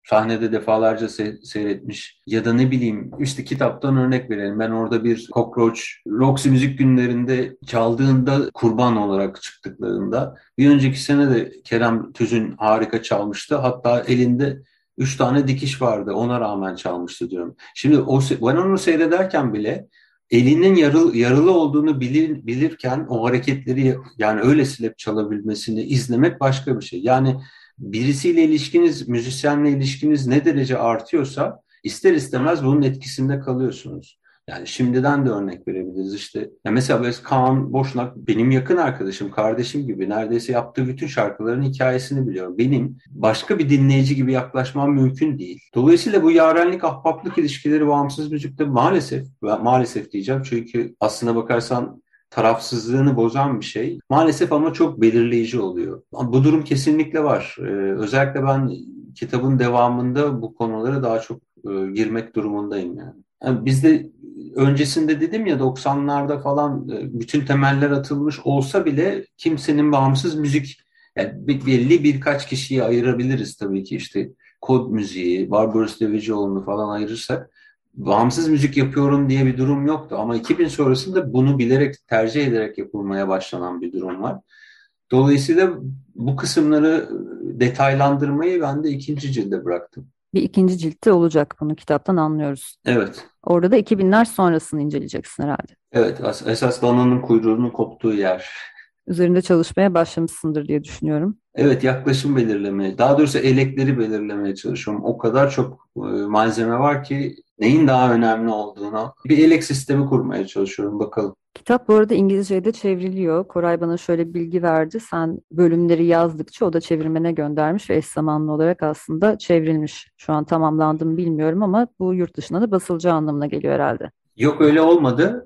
sahnede defalarca seyretmiş ya da ne bileyim işte kitaptan örnek verelim. Ben orada bir Cockroach Roxy Müzik Günlerinde çaldığında kurban olarak çıktıklarında bir önceki sene de Kerem Tüzün harika çalmıştı. Hatta elinde 3 tane dikiş vardı. Ona rağmen çalmıştı diyorum. Şimdi ben onu seyrederken bile elinin yaralı olduğunu bilirken o hareketleri yani öyle silip çalabilmesini izlemek başka bir şey. Yani birisiyle ilişkiniz, müzisyenle ilişkiniz ne derece artıyorsa ister istemez bunun etkisinde kalıyorsunuz. Yani şimdiden de örnek verebiliriz işte. Ya mesela Kaan Boşnak benim yakın arkadaşım, kardeşim gibi neredeyse yaptığı bütün şarkıların hikayesini biliyorum. Benim başka bir dinleyici gibi yaklaşmam mümkün değil. Dolayısıyla bu yarenlik, ahbaplık ilişkileri bağımsız müzikte maalesef diyeceğim çünkü aslına bakarsan tarafsızlığını bozan bir şey. Maalesef ama çok belirleyici oluyor. Bu durum kesinlikle var. Özellikle ben kitabın devamında bu konulara daha çok girmek durumundayım yani. Yani bizde öncesinde dedim ya 90'larda falan bütün temeller atılmış olsa bile kimsenin bağımsız müzik yani belli birkaç kişiyi ayırabiliriz tabii ki işte kod müziği, Barbaros Devecioğlu'nu falan ayırırsak bağımsız müzik yapıyorum diye bir durum yoktu. Ama 2000 sonrasında bunu bilerek, tercih ederek yapılmaya başlanan bir durum var. Dolayısıyla bu kısımları detaylandırmayı ben de ikinci cilde bıraktım. Bir ikinci ciltte olacak, bunu kitaptan anlıyoruz. Evet, Orada da 2000'ler sonrasını inceleyeceksin herhalde. evet. Esas dananın kuyruğunun koptuğu yer. Üzerinde çalışmaya başlamışsındır diye düşünüyorum. Evet, yaklaşım belirlemeye, daha doğrusu elekleri belirlemeye çalışıyorum. O kadar çok malzeme var ki neyin daha önemli olduğunu bir elek sistemi kurmaya çalışıyorum bakalım. Kitap bu arada İngilizce'ye de çevriliyor. Koray bana şöyle bir bilgi verdi. Sen bölümleri yazdıkça o da çevirmene göndermiş ve eş zamanlı olarak aslında çevrilmiş. Şu an tamamlandı mı bilmiyorum ama bu yurt dışına da basılacağı anlamına geliyor herhalde. Yok öyle olmadı.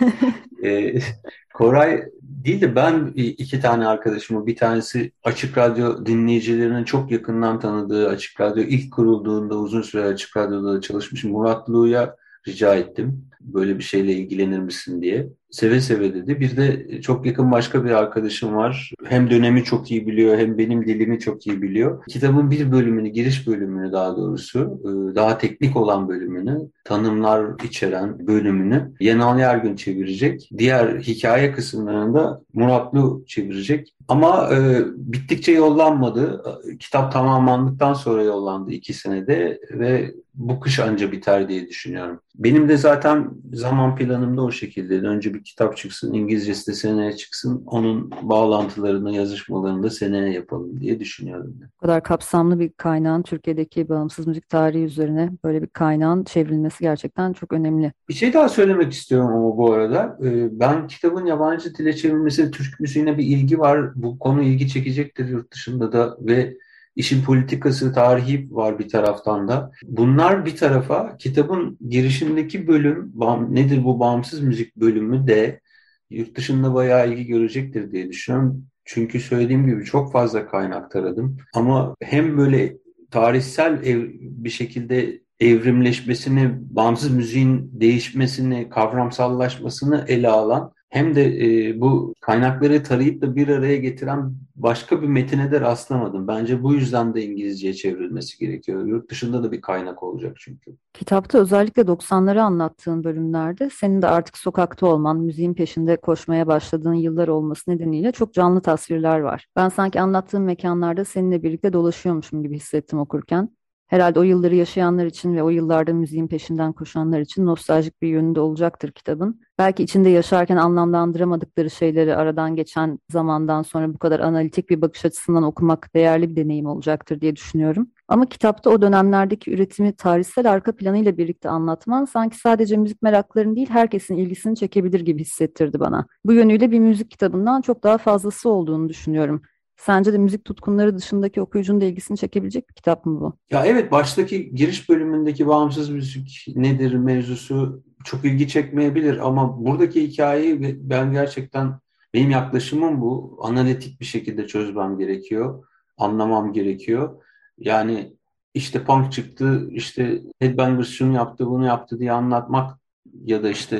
E, Koray değil de ben 2 tane arkadaşımı bir tanesi Açık Radyo dinleyicilerinin çok yakından tanıdığı Açık Radyo ilk kurulduğunda uzun süre Açık Radyo'da da çalışmış Murat Lu'ya rica ettim. Böyle bir şeyle ilgilenir misin diye. Seve seve dedi. Bir de çok yakın başka bir arkadaşım var. Hem dönemi çok iyi biliyor hem benim dilimi çok iyi biliyor. Kitabın bir bölümünü, giriş bölümünü daha doğrusu, daha teknik olan bölümünü, tanımlar içeren bölümünü Yenal Yargın çevirecek. Diğer hikaye kısımlarını da Muratlı çevirecek. Ama bittikçe yollanmadı. Kitap tamamlandıktan sonra yollandı 2 senede ve bu kış anca biter diye düşünüyorum. Benim de zaten zaman planım da o şekilde. Önce bir kitap çıksın, İngilizcesi de seneye çıksın. Onun bağlantılarını, yazışmalarını da seneye yapalım diye düşünüyorum. Bu kadar kapsamlı bir kaynağın Türkiye'deki bağımsız müzik tarihi üzerine böyle bir kaynağın çevrilmesi gerçekten çok önemli. Bir şey daha söylemek istiyorum ama bu arada. Ben kitabın yabancı dile çevrilmesi, Türk müziğine bir ilgi var. Bu konu ilgi çekecektir yurt dışında da ve işin politikası, tarihi var bir taraftan da. Bunlar bir tarafa kitabın girişindeki bölüm, nedir bu bağımsız müzik bölümü de yurt dışında bayağı ilgi görecektir diye düşünüyorum. Çünkü söylediğim gibi çok fazla kaynak taradım. Ama hem böyle tarihsel bir şekilde evrimleşmesini, bağımsız müziğin değişmesini, kavramsallaşmasını ele alan hem de bu kaynakları tarayıp da bir araya getiren başka bir metine de rastlamadım. Bence bu yüzden de İngilizceye çevrilmesi gerekiyor. Yurt dışında da bir kaynak olacak çünkü. Kitapta özellikle 90'ları anlattığın bölümlerde senin de artık sokakta olman, müziğin peşinde koşmaya başladığın yıllar olması nedeniyle çok canlı tasvirler var. Ben sanki anlattığım mekanlarda seninle birlikte dolaşıyormuşum gibi hissettim okurken. Herhalde o yılları yaşayanlar için ve o yıllarda müziğin peşinden koşanlar için nostaljik bir yönü de olacaktır kitabın. Belki içinde yaşarken anlamlandıramadıkları şeyleri aradan geçen zamandan sonra bu kadar analitik bir bakış açısından okumak değerli bir deneyim olacaktır diye düşünüyorum. Ama kitapta o dönemlerdeki üretimi tarihsel arka planıyla birlikte anlatman sanki sadece müzik meraklarının değil herkesin ilgisini çekebilir gibi hissettirdi bana. Bu yönüyle bir müzik kitabından çok daha fazlası olduğunu düşünüyorum. Sence de müzik tutkunları dışındaki okuyucunun da ilgisini çekebilecek bir kitap mı bu? Ya evet baştaki giriş bölümündeki bağımsız müzik nedir mevzusu çok ilgi çekmeyebilir ama buradaki hikayeyi ben gerçekten benim yaklaşımım bu. Analitik bir şekilde çözmem gerekiyor, anlamam gerekiyor. Yani işte punk çıktı, işte Headbangers şunu yaptı, bunu yaptı diye anlatmak ya da işte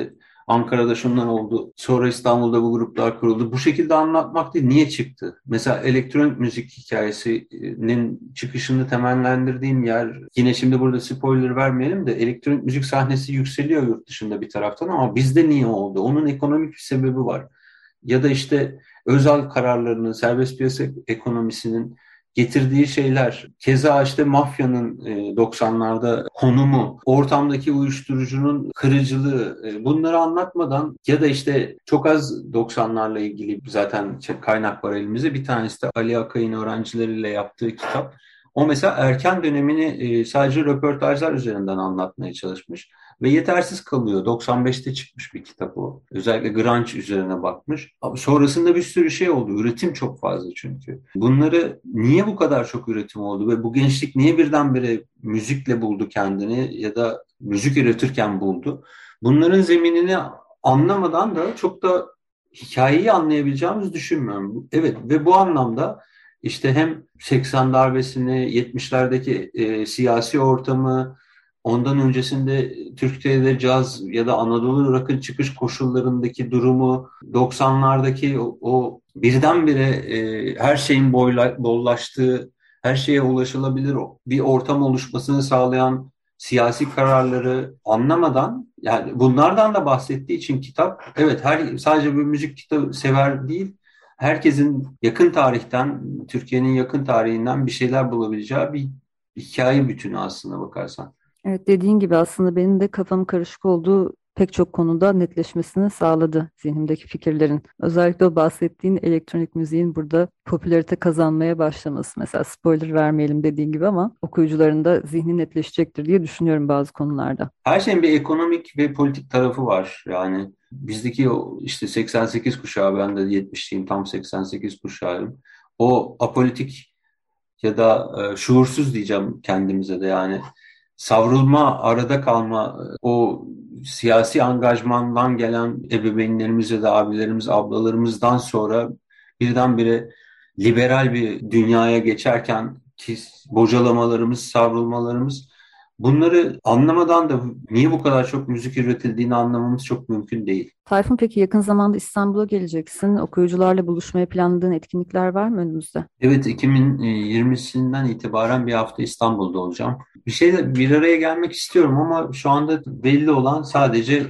Ankara'da şunlar oldu, sonra İstanbul'da bu gruplar kuruldu. Bu şekilde anlatmak değil, niye çıktı? Mesela elektronik müzik hikayesinin çıkışını temellendirdiğim yer, yine şimdi burada spoiler vermeyelim de elektronik müzik sahnesi yükseliyor yurt dışında bir taraftan ama bizde niye oldu? Onun ekonomik bir sebebi var. Ya da işte özel kararlarının, serbest piyasa ekonomisinin getirdiği şeyler, keza işte mafyanın 90'larda konumu, ortamdaki uyuşturucunun kırıcılığı, bunları anlatmadan ya da işte çok az 90'larla ilgili zaten kaynak var elimizde. Bir tanesi de Ali Akay'ın öğrencileriyle yaptığı kitap. O mesela erken dönemini sadece röportajlar üzerinden anlatmaya çalışmış ve yetersiz kalıyor. 95'te çıkmış bir kitap o. Özellikle grunge üzerine bakmış. Sonrasında bir sürü şey oldu. Üretim çok fazla çünkü. Bunları niye bu kadar çok üretim oldu ve bu gençlik niye birdenbire müzikle buldu kendini ya da müzik üretirken buldu? Bunların zeminini anlamadan da çok da hikayeyi anlayabileceğimizi düşünmüyorum. Evet ve bu anlamda işte hem 80 darbesini, 70'lerdeki siyasi ortamı, ondan öncesinde Türkiye'de caz ya da Anadolu rock'ın çıkış koşullarındaki durumu, 90'lardaki o birdenbire her şeyin bollaştığı, her şeye ulaşılabilir bir ortam oluşmasını sağlayan siyasi kararları anlamadan, yani bunlardan da bahsettiği için kitap, evet sadece bir müzik kitabı sever değil, herkesin yakın tarihten, Türkiye'nin yakın tarihinden bir şeyler bulabileceği bir hikaye bütünü aslına bakarsan. Evet, dediğin gibi aslında benim de kafam karışık olduğu pek çok konuda netleşmesini sağladı zihnimdeki fikirlerin. Özellikle o bahsettiğin elektronik müziğin burada popülarite kazanmaya başlaması. Mesela spoiler vermeyelim dediğin gibi ama okuyucuların da zihni netleşecektir diye düşünüyorum bazı konularda. Her şeyin bir ekonomik ve politik tarafı var. Yani bizdeki o işte 88 kuşağı, ben de 70'liyim, tam 88 kuşağıyım. O apolitik ya da şuursuz diyeceğim kendimize de, yani savrulma, arada kalma, o siyasi angajmandan gelen ebeveynlerimiz ya da abilerimiz, ablalarımızdan sonra birdenbire liberal bir dünyaya geçerken ki bocalamalarımız, savrulmalarımız, bunları anlamadan da niye bu kadar çok müzik üretildiğini anlamamız çok mümkün değil. Tayfun, peki yakın zamanda İstanbul'a geleceksin. Okuyucularla buluşmaya planladığın etkinlikler var mı önümüzde? Evet, 2020'sinden itibaren bir hafta İstanbul'da olacağım. Bir araya gelmek istiyorum ama şu anda belli olan sadece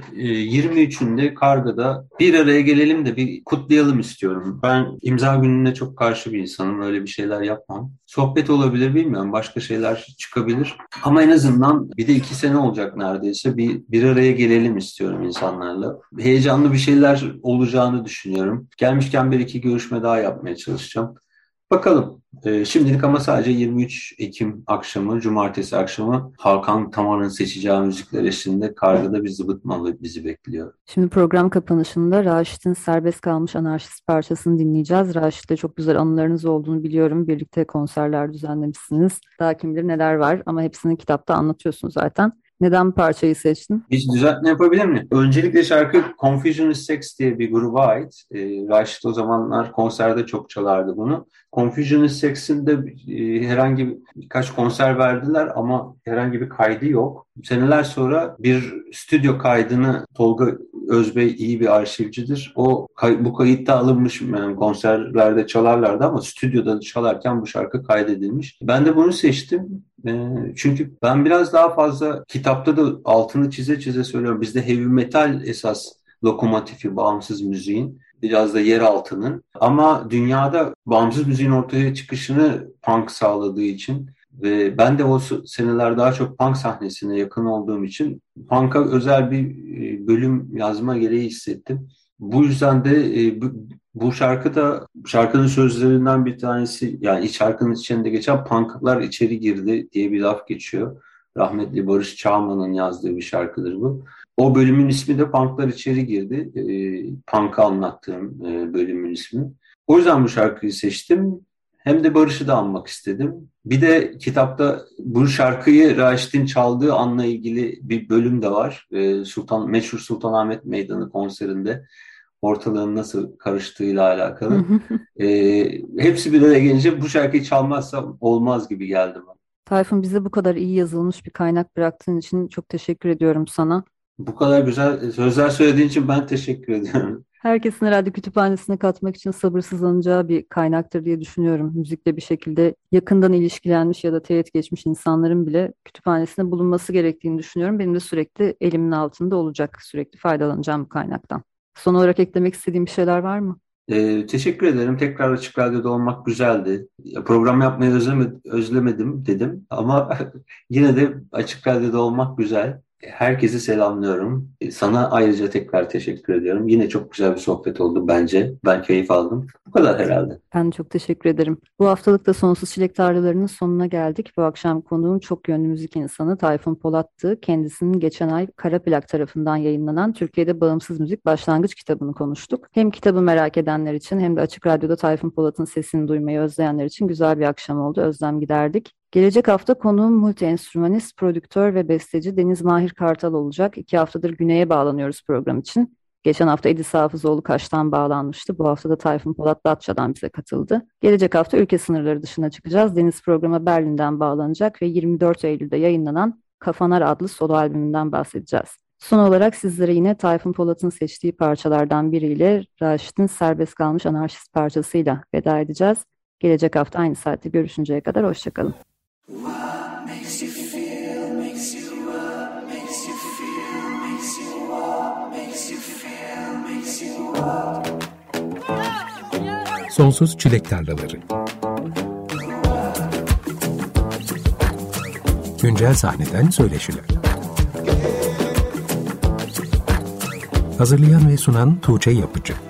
23'ünde Kargı'da bir araya gelelim de bir kutlayalım istiyorum. Ben imza gününe çok karşı bir insanım. Öyle bir şeyler yapmam. Sohbet olabilir, bilmiyorum. Başka şeyler çıkabilir. Ama en azından bir de 2 sene olacak neredeyse. Bir araya gelelim istiyorum insanlarla. Heyecanlı bir şeyler olacağını düşünüyorum. Gelmişken bir iki görüşme daha yapmaya çalışacağım. Bakalım. Şimdilik ama sadece 23 Ekim akşamı, cumartesi akşamı Hakan Tamar'ın seçeceği müzikler eşliğinde Kargı'da bir zıbıtmalı bizi bekliyor. Şimdi program kapanışında Raşit'in Serbest Kalmış Anarşist parçasını dinleyeceğiz. Raşit'le çok güzel anılarınız olduğunu biliyorum. Birlikte konserler düzenlemişsiniz. Daha kim bilir neler var ama hepsini kitapta anlatıyorsun zaten. Neden bu parçayı seçtin? Hiç düzeltme yapabilir miyim? Öncelikle şarkı Confucianist Sex diye bir gruba ait. Raşit o zamanlar konserde çok çalardı bunu. Confucianist Sex'in de herhangi birkaç konser verdiler ama herhangi bir kaydı yok. Seneler sonra bir stüdyo kaydını, Tolga Özbey iyi bir arşivcidir. Bu kayıtta alınmış, yani konserlerde çalarlardı ama stüdyoda çalarken bu şarkı kaydedilmiş. Ben de bunu seçtim. Çünkü ben biraz daha fazla, kitapta da altını çize çize söylüyorum. Bizde heavy metal esas lokomotifi bağımsız müziğin, biraz da yer altının. Ama dünyada bağımsız müziğin ortaya çıkışını punk sağladığı için ve ben de o seneler daha çok punk sahnesine yakın olduğum için punk'a özel bir bölüm yazma gereği hissettim. Bu yüzden de bu şarkının sözlerinden bir tanesi, yani şarkının içinde geçen "punklar içeri girdi" diye bir laf geçiyor. Rahmetli Barış Çağman'ın yazdığı bir şarkıdır bu. O bölümün ismi de "Punklar içeri girdi". Punk'ı anlattığım bölümün ismi. O yüzden bu şarkıyı seçtim. Hem de Barış'ı da anmak istedim. Bir de kitapta bu şarkıyı Raşit'in çaldığı anla ilgili bir bölüm de var. Meşhur Sultanahmet Meydanı konserinde ortalığın nasıl karıştığıyla alakalı. Hepsi bir araya gelince bu şarkıyı çalmazsam olmaz gibi geldi bana. Tayfun, bize bu kadar iyi yazılmış bir kaynak bıraktığın için çok teşekkür ediyorum sana. Bu kadar güzel sözler söylediğin için ben teşekkür ediyorum. Herkesin herhalde kütüphanesine katmak için sabırsızlanacağı bir kaynaktır diye düşünüyorum. Müzikle bir şekilde yakından ilişkilenmiş ya da teğet geçmiş insanların bile kütüphanesinde bulunması gerektiğini düşünüyorum. Benim de sürekli elimin altında olacak, sürekli faydalanacağım bu kaynaktan. Son olarak eklemek istediğim bir şeyler var mı? Teşekkür ederim. Tekrar Açık Radyo'da olmak güzeldi. Program yapmayı özlemedim dedim ama yine de Açık Radyo'da olmak güzel. Herkesi selamlıyorum. Sana ayrıca tekrar teşekkür ediyorum. Yine çok güzel bir sohbet oldu bence. Ben keyif aldım. Bu kadar herhalde. Ben çok teşekkür ederim. Bu haftalık da Sonsuz Çilek Tarlaları'nın sonuna geldik. Bu akşam konuğum çok yönlü müzik insanı Tayfun Polat'tı. Kendisinin geçen ay Kara Plak tarafından yayınlanan Türkiye'de Bağımsız Müzik Başlangıç kitabını konuştuk. Hem kitabı merak edenler için hem de Açık Radyo'da Tayfun Polat'ın sesini duymayı özleyenler için güzel bir akşam oldu. Özlem giderdik. Gelecek hafta konuğum multi-enstrümanist, prodüktör ve besteci Deniz Mahir Kartal olacak. 2 haftadır güneye bağlanıyoruz program için. Geçen hafta Edis Hafızoğlu Kaş'tan bağlanmıştı. Bu hafta da Tayfun Polat Datça'dan bize katıldı. Gelecek hafta ülke sınırları dışına çıkacağız. Deniz programa Berlin'den bağlanacak ve 24 Eylül'de yayınlanan Kafanar adlı solo albümünden bahsedeceğiz. Son olarak sizlere yine Tayfun Polat'ın seçtiği parçalardan biriyle Raşit'in Serbest Kalmış Anarşist parçasıyla veda edeceğiz. Gelecek hafta aynı saatte görüşünceye kadar hoşçakalın. Sonsuz Çilek Tarlaları. Güncel sahneden söyleşiler. Hazırlayan ve sunan Tuğçe Yapıcı.